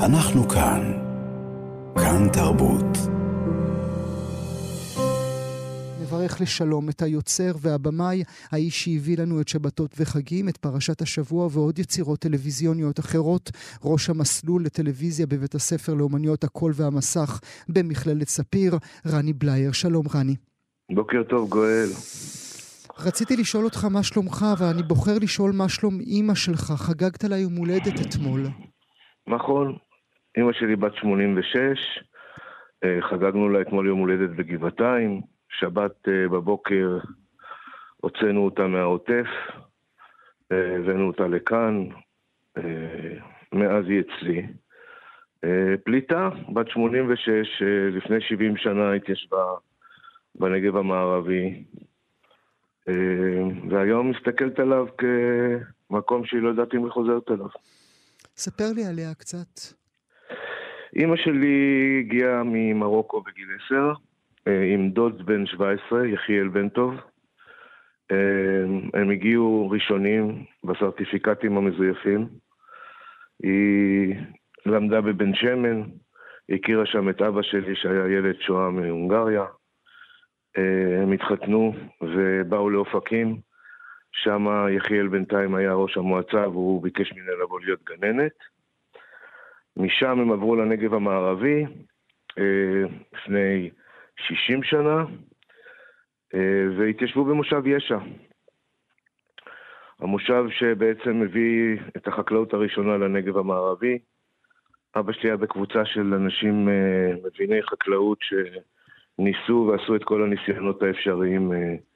אנחנו כאן. כאן תרבות. נברך לשלום את היוצר והבמאי, האיש שהביא לנו את שבתות וחגים, את פרשת השבוע ועוד יצירות טלוויזיוניות אחרות, ראש המסלול לטלוויזיה בבית הספר לאומניות הקול והמסך במכללת ספיר, רני בלייר. שלום רני. בוקר טוב גואל. רציתי לשאול אותך מה שלומך, ואני בוחר לשאול מה שלום אמא שלך. חגגת לה יום הולדת אתמול. נכון, אמא שלי בת 86, חגגנו לה אתמול יום הולדת בגבעתיים, שבת בבוקר הוצאנו אותה מהעוטף, הבאנו אותה לכאן, מאז היא אצלי. פליטה, בת 86, לפני 70 שנה התיישבה בנגב המערבי, והיום מסתכלת עליו כמקום שהיא לא יודעת אם היא חוזרת אליו. ספר לי עליה קצת. אמא שלי הגיעה ממרוקו בגיל 10, עם דוד בן 17, יחיאל בן טוב. הם הגיעו ראשונים בסרטיפיקטים המזויפים. היא למדה בבן שמן, הכירה שם את אבא שלי שהיה ילד שואה מהונגריה. הם התחתנו ובאו לאופקים. שם יחיאל בינתיים היה ראש המועצה והוא ביקש ממנה לבוא להיות גננת. משם הם עברו לנגב המערבי לפני 60 שנה והתיישבו במושב ישע. המושב שבעצם מביא את החקלאות הראשונה לנגב המערבי. אבא שלי היה בקבוצה של אנשים מביני חקלאות שניסו ועשו את כל הניסיונות האפשריים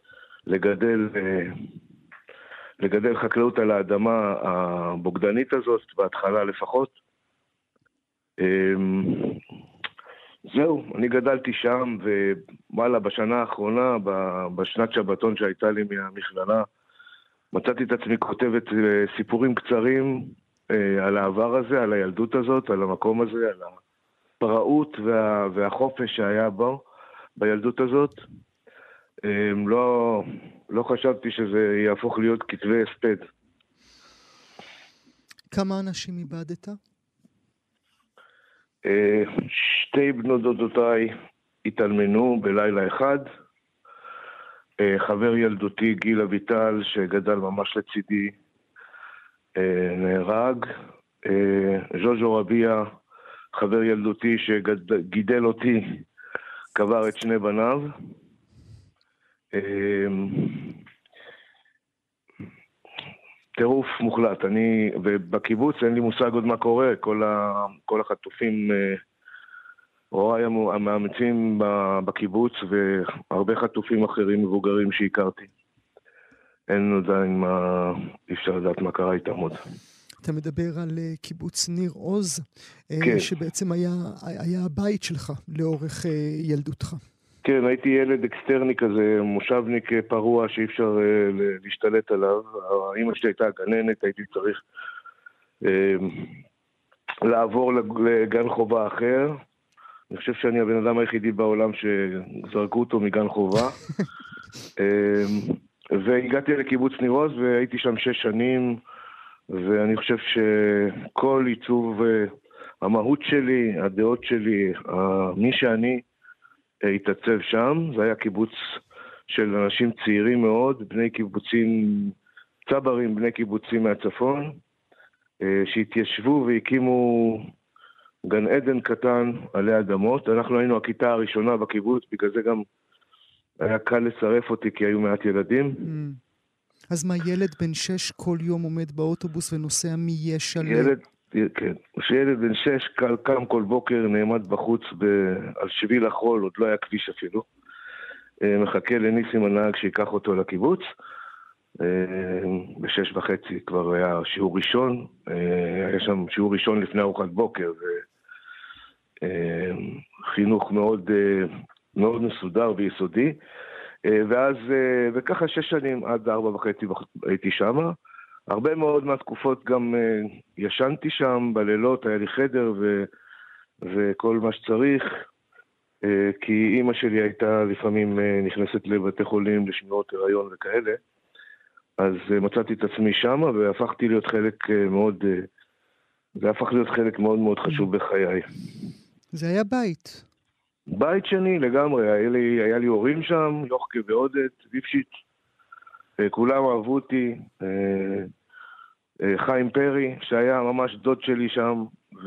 לגדל חקלאות על האדמה הבוגדנית הזאת, בהתחלה לפחות. זהו, אני גדלתי שם, ווואלה, בשנה האחרונה, בשנת שבתון שהייתה לי מהמכללה, מצאתי את עצמי כותבת סיפורים קצרים על העבר הזה, על הילדות הזאת, על המקום הזה, על הפראות והחופש שהיה בו, בילדות הזאת. לא חשבתי שזה יהפוך להיות כתבי הספד. כמה אנשים איבדת? שתי בנות דודותיי התאלמנו בלילה אחד. חבר ילדותי גיל אביטל שגדל ממש לצידי נהרג. ז'וז'ו רביה, חבר ילדותי שגידל אותי, קבר את שני בניו. טירוף מוחלט. ובקיבוץ אין לי מושג עוד מה קורה. כל החטופים הוריי המאמצים בקיבוץ והרבה חטופים אחרים מבוגרים שהכרתי. אין עדיין מה, אי אפשר לדעת מה קרה איתם עוד. אתה מדבר על קיבוץ ניר עוז, כן. שבעצם היה הבית שלך לאורך ילדותך. כן, הייתי ילד אקסטרני כזה, מושבניק פרוע שאי אפשר להשתלט עליו. אמא שלי הייתה גננת, הייתי צריך לעבור לגן חובה אחר. אני חושב שאני הבן אדם היחידי בעולם שזרקו אותו מגן חובה. והגעתי לקיבוץ ניר עוז והייתי שם 6 שנים, ואני חושב שכל עיצוב המהות שלי, הדעות שלי, מי שאני, התעצב שם. זה היה קיבוץ של אנשים צעירים מאוד, בני קיבוצים, צברים, בני קיבוצים מהצפון, שהתיישבו והקימו גן עדן קטן עלי אדמות. אנחנו היינו הכיתה הראשונה בקיבוץ, בגלל זה גם היה קל לצרף אותי כי היו מעט ילדים. אז מה, ילד בן 6 כל יום עומד באוטובוס ונוסע מישע כן, שילד בן 6 קם כל בוקר, נעמד בחוץ על שביל החול, עוד לא היה כביש אפילו, מחכה לניסים הנהג שיקח אותו לקיבוץ. ב6:30 כבר היה שיעור ראשון, היה שם שיעור ראשון לפני ארוחת בוקר, חינוך מאוד מאוד מסודר ויסודי. ואז, וככה 6 שנים, עד 4:30 הייתי שם. הרבה מאוד מהתקופות גם ישנתי שם בלילות, היה לי חדר וכל מה שצריך, כי אמא שלי הייתה לפעמים נכנסת לבתי חולים לשמירות הריון וכאלה, אז מצאתי את עצמי שם והפכתי להיות חלק מאוד זה הפך להיות חלק מאוד מאוד חשוב בחיי. זה היה בית. בית שני לגמרי, היה לי הורים שם, יוחקה ועודד, ויפשיט, כולם אהבו אותי, חיים פרי, שהיה ממש דוד שלי שם,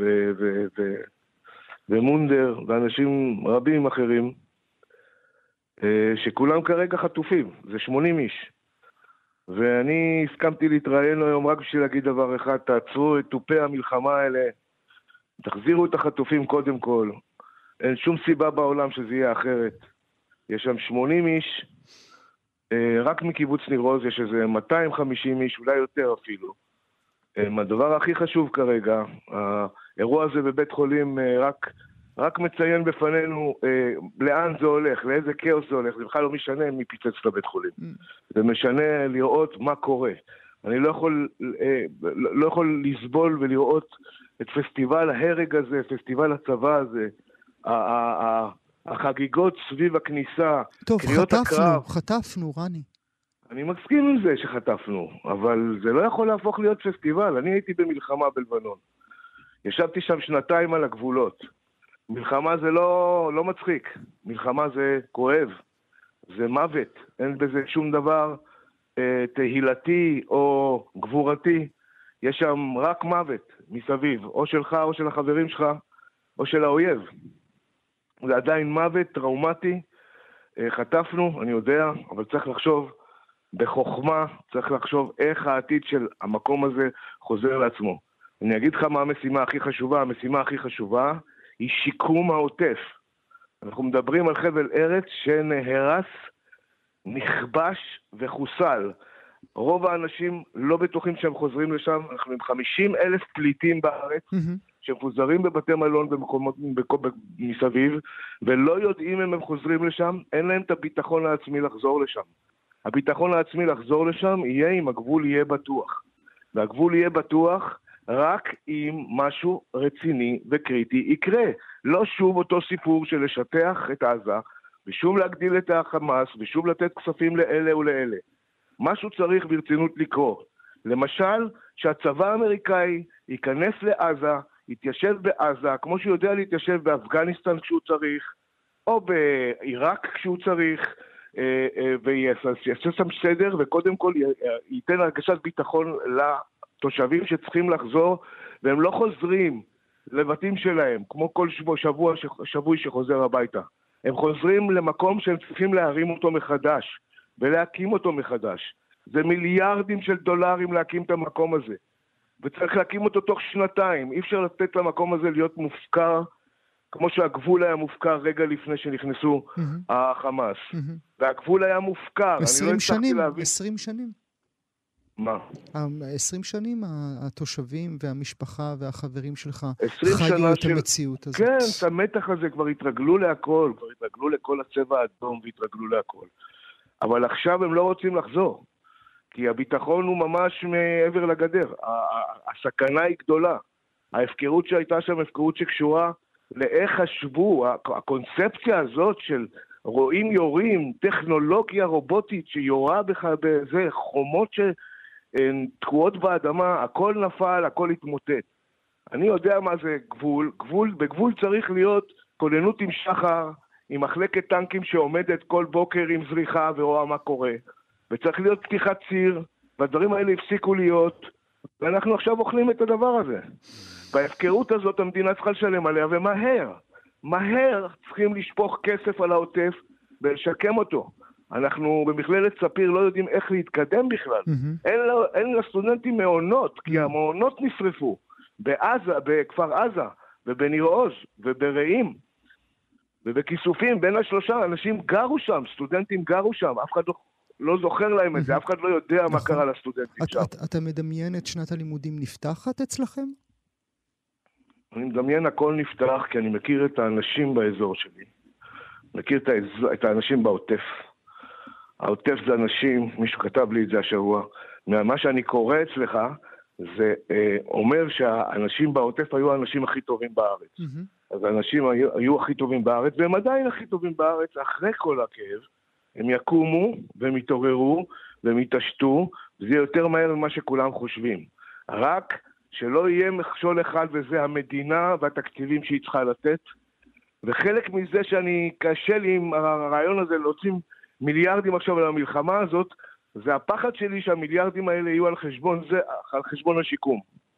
ומונדר, ואנשים רבים אחרים, שכולם כרגע חטופים, זה 80 איש. ואני הסכמתי להתראיין היום רק בשביל להגיד דבר אחד, תעצרו את טופי המלחמה האלה, תחזירו את החטופים קודם כל, אין שום סיבה בעולם שזה יהיה אחרת. יש שם 80 איש, רק מקיבוץ ניר עוז יש איזה 250 איש, אולי יותר אפילו. הדבר הכי חשוב כרגע, האירוע הזה בבית חולים רק מציין בפנינו לאן זה הולך, לאיזה כאוס זה הולך, זה בכלל לא משנה מי פיצץ לבית חולים. זה משנה לראות מה קורה. אני לא יכול לסבול ולראות את פסטיבל ההרג הזה, פסטיבל הצבא הזה, החגיגות סביב הכניסה, טוב, חטפנו, רני. אני מסכים עם זה שחטפנו, אבל זה לא יכול להפוך להיות פסטיבל. אני הייתי במלחמה בלבנון. ישבתי שם 2 על הגבולות. מלחמה זה לא מצחיק. מלחמה זה כואב. זה מוות. אין בזה שום דבר תהילתי או גבורתי. יש שם רק מוות מסביב. או שלך, או של החברים שלך, או של האויב. זה עדיין מוות טראומטי. חטפנו, אני יודע, אבל צריך לחשוב בחוכמה, צריך לחשוב איך העתיד של המקום הזה חוזר לעצמו. אני אגיד לך מה המשימה הכי חשובה. המשימה הכי חשובה היא שיקום העוטף. אנחנו מדברים על חבל ארץ שנהרס, נכבש וחוסל. רוב האנשים לא בטוחים שהם חוזרים לשם. אנחנו עם 50,000 פליטים בארץ, שמפוזרים בבתי מלון במקומות מסביב, ולא יודעים אם הם חוזרים לשם. אין להם את הביטחון העצמי לחזור לשם. הביטחון העצמי לחזור לשם יהיה אם הגבול יהיה בטוח. והגבול יהיה בטוח רק אם משהו רציני וקריטי יקרה. לא שוב אותו סיפור של לשטח את עזה, ושוב להגדיל את החמאס, ושוב לתת כספים לאלה ולאלה. משהו צריך ברצינות לקרות. למשל, שהצבא האמריקאי ייכנס לעזה, יתיישב בעזה, כמו שהוא יודע להתיישב באפגניסטן כשהוא צריך, או בעיראק כשהוא צריך, ויעשה שם סדר, וקודם כל ייתן הרגשת ביטחון לתושבים שצריכים לחזור, והם לא חוזרים לבתים שלהם, כמו כל שבוי שחוזר הביתה. הם חוזרים למקום שהם צריכים להרים אותו מחדש, ולהקים אותו מחדש. זה מיליארדים של דולרים להקים את המקום הזה. וצריך להקים אותו תוך 2. אי אפשר לתת למקום הזה להיות מופקר, כמו שהגבול היה מופקר רגע לפני שנכנסו החמאס. והגבול היה מופקר. 20 שנים, 20 שנים. מה? 20 שנים התושבים והמשפחה והחברים שלך 20 חיו את המציאות הזאת. כן, את המתח הזה כבר התרגלו להכל, כבר התרגלו לכל הצבע האדום והתרגלו להכל. אבל עכשיו הם לא רוצים לחזור. כי הביטחון הוא ממש מעבר לגדר. הסכנה היא גדולה. ההפקרות שהייתה שם, הפקרות שקשורה לאיך חשבו, הקונספציה הזאת של רואים יורים, טכנולוגיה רובוטית שיורה בזה, חומות שתקועות באדמה, הכל נפל, הכל התמוטט. אני יודע מה זה גבול. בגבול צריך להיות כוננות עם שחר, עם מחלקת טנקים שעומדת כל בוקר עם זריחה ורואה מה קורה. וצריך להיות פתיחת ציר, והדברים האלה הפסיקו להיות, ואנחנו עכשיו אוכלים את הדבר הזה. בהפקרות הזאת המדינה צריכה לשלם עליה, ומהר. מהר צריכים לשפוך כסף על העוטף ולשקם אותו. אנחנו במכללת ספיר לא יודעים איך להתקדם בכלל. אין לסטודנטים מעונות, כי המעונות נשרפו. בעזה, בכפר עזה, ובניר עוז, וברעים, ובכיסופים, בין השלושה, אנשים גרו שם, סטודנטים גרו שם, אף אחד לא זוכר להם את זה, אף אחד לא יודע מה קרה לסטודנטים שם. אתה מדמיין את שנת הלימודים נפתחת אצלכם? אני מדמיין הכל נפתח, כי אני מכיר את האנשים באזור שלי. מכיר את האנשים בעוטף. העוטף זה אנשים, מישהו כתב לי את זה השבוע, מה שאני קורא אצלך, זה אומר שהאנשים בעוטף היו האנשים הכי טובים בארץ. אז האנשים היו הכי טובים בארץ, והם עדיין הכי טובים בארץ, אחרי כל הכאב, הם יקומו והם יתעוררו והם יתעשתו, וזה יותר מהר ממה שכולם חושבים. רק שלא יהיה מכשול אחד, וזה המדינה והתקציבים שהיא צריכה לתת. וחלק מזה שאני קשה לי עם הרעיון הזה להוציא מיליארדים עכשיו על המלחמה הזאת, זה הפחד שלי שהמיליארדים האלה יהיו על חשבון זה, על חשבון השיקום.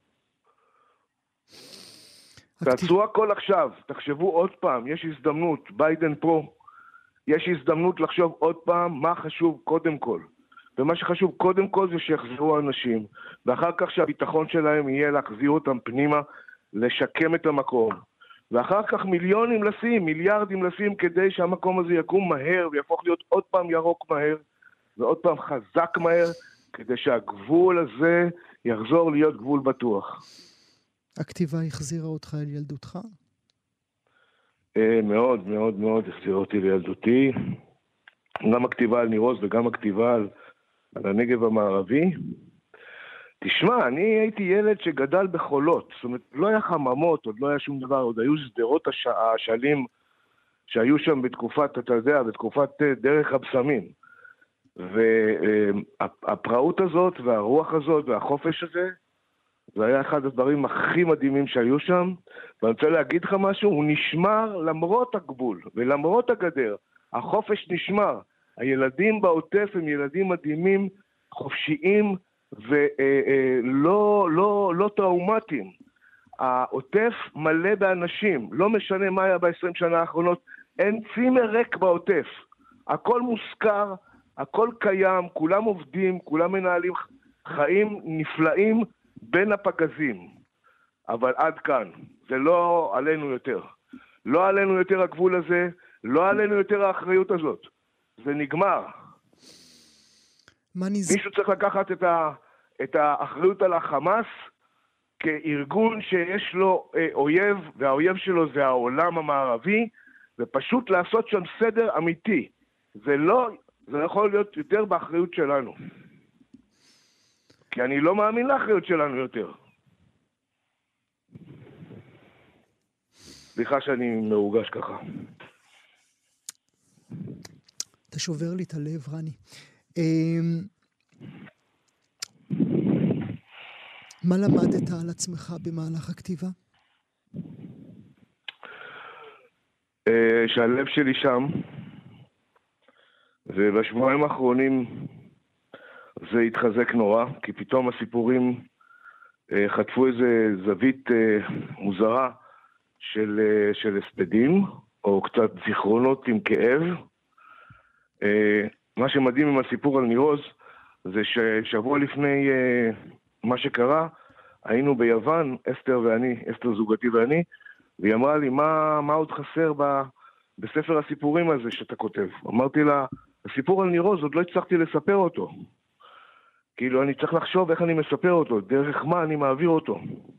תעשו הכל עכשיו, תחשבו עוד פעם, יש הזדמנות, ביידן פרו, יש הזדמנות לחשוב עוד פעם מה חשוב קודם כל. ומה שחשוב קודם כל זה שיחזרו האנשים, ואחר כך שהביטחון שלהם יהיה להחזיר אותם פנימה, לשקם את המקום. ואחר כך מיליונים לשים, מיליארדים לשים, כדי שהמקום הזה יקום מהר, ויהפוך להיות עוד פעם ירוק מהר, ועוד פעם חזק מהר, כדי שהגבול הזה יחזור להיות גבול בטוח. הכתיבה החזירה אותך אל ילדותך? מאוד מאוד מאוד החזירה אותי לילדותי. גם הכתיבה על ניר עוז וגם הכתיבה על הנגב המערבי. תשמע, אני הייתי ילד שגדל בחולות, זאת אומרת, לא היה חממות, עוד לא היה שום דבר, עוד היו שדרות השלים שהיו שם בתקופת, אתה יודע, בתקופת דרך הבשמים. והפראות הזאת והרוח הזאת והחופש הזה, זה היה אחד הדברים הכי מדהימים שהיו שם, ואני רוצה להגיד לך משהו, הוא נשמר למרות הגבול ולמרות הגדר, החופש נשמר. הילדים בעוטף הם ילדים מדהימים, חופשיים ולא טראומטיים. העוטף מלא באנשים, לא משנה מה היה ב-20 שנה האחרונות, אין צימר ריק בעוטף. הכל מוזכר, הכל קיים, כולם עובדים, כולם מנהלים חיים נפלאים בין הפגזים. אבל עד כאן, זה לא עלינו יותר. לא עלינו יותר הגבול הזה, לא עלינו יותר האחריות הזאת. זה נגמר. מישהו צריך לקחת את האחריות על החמאס כארגון שיש לו אויב, והאויב שלו זה העולם המערבי, ופשוט לעשות שם סדר אמיתי. זה יכול להיות יותר באחריות שלנו. כי אני לא מאמין לאחריות שלנו יותר. סליחה שאני מרוגש ככה. אתה שובר לי את הלב, רני. מה למדת על עצמך במהלך הכתיבה? שהלב שלי שם, ובשבועיים האחרונים זה התחזק נורא, כי פתאום הסיפורים חטפו איזה זווית מוזרה של הספדים, או קצת זיכרונות עם כאב. מה שמדהים עם הסיפור על ניר עוז, זה ששבוע לפני מה שקרה, היינו ביוון, אסתר זוגתי ואני, והיא אמרה לי, מה עוד חסר בספר הסיפורים הזה שאתה כותב? אמרתי לה, הסיפור על ניר עוז, עוד לא הצלחתי לספר אותו. כאילו, אני צריך לחשוב איך אני מספר אותו, דרך מה אני מעביר אותו.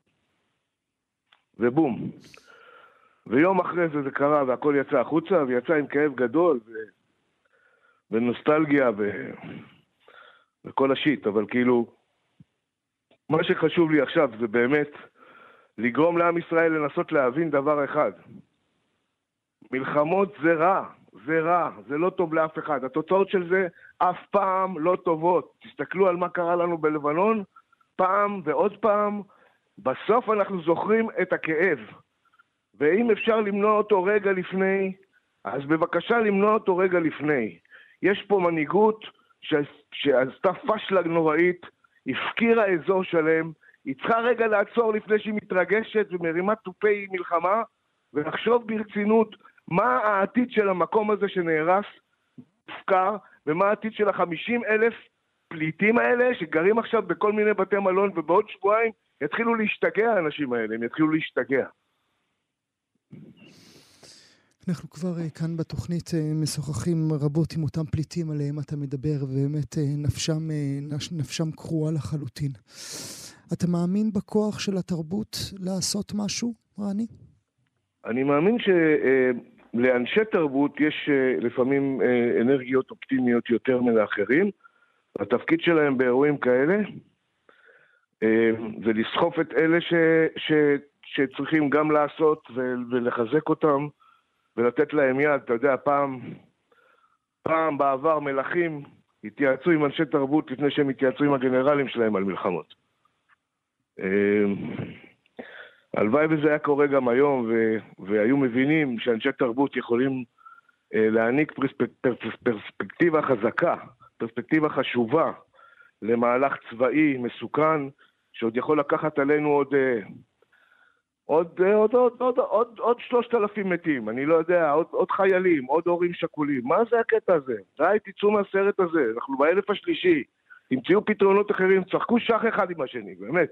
ובום. ויום אחרי זה קרה, והכל יצא החוצה, ויצא עם כאב גדול, ונוסטלגיה, וכל השיט. אבל כאילו, מה שחשוב לי עכשיו זה באמת לגרום לעם ישראל לנסות להבין דבר אחד. מלחמות זה רע, זה רע, זה לא טוב לאף אחד. התוצאות של זה אף פעם לא טובות. תסתכלו על מה קרה לנו בלבנון, פעם ועוד פעם, בסוף אנחנו זוכרים את הכאב. ואם אפשר למנוע אותו רגע לפני, אז בבקשה למנוע אותו רגע לפני. יש פה מנהיגות שעשתה פשלה נוראית, הפקירה אזור שלם, היא צריכה רגע לעצור לפני שהיא מתרגשת ומרימה תופי מלחמה, ולחשוב ברצינות מה העתיד של המקום הזה שנהרס, מופקר, ומה העתיד של 50,000 פליטים האלה שגרים עכשיו בכל מיני בתי מלון, ובעוד שבועיים יתחילו להשתגע האנשים האלה, הם יתחילו להשתגע. אנחנו כבר כאן בתוכנית משוחחים רבות עם אותם פליטים עליהם אתה מדבר, ובאמת נפשם קרועה לחלוטין. אתה מאמין בכוח של התרבות לעשות משהו, רני? אני מאמין שלאנשי תרבות יש לפעמים אנרגיות אופטימיות יותר מלאחרים. התפקיד שלהם באירועים כאלה זה לסחוף את אלה שצריכים גם לעשות ולחזק אותם ולתת להם יד. אתה יודע, פעם בעבר מלכים התייעצו עם אנשי תרבות לפני שהם התייעצו עם הגנרלים שלהם על מלחמות. הלוואי וזה היה קורה גם היום, והיו מבינים שאנשי תרבות יכולים להעניק פרספקטיבה חזקה, פרספקטיבה חשובה, למהלך צבאי מסוכן, שעוד יכול לקחת עלינו עוד 3,000 מתים, אני לא יודע, עוד חיילים, עוד הורים שכולים. מה זה הקטע הזה? די, תצאו מהסרט הזה, אנחנו באלף השלישי, תמצאו פתרונות אחרים, צחקו שח אחד עם השני, באמת.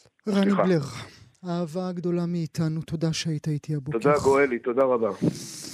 רני בלר, האהבה הגדולה מאיתנו, תודה שהיית איתי הבוקר. תודה גואלי, תודה רבה.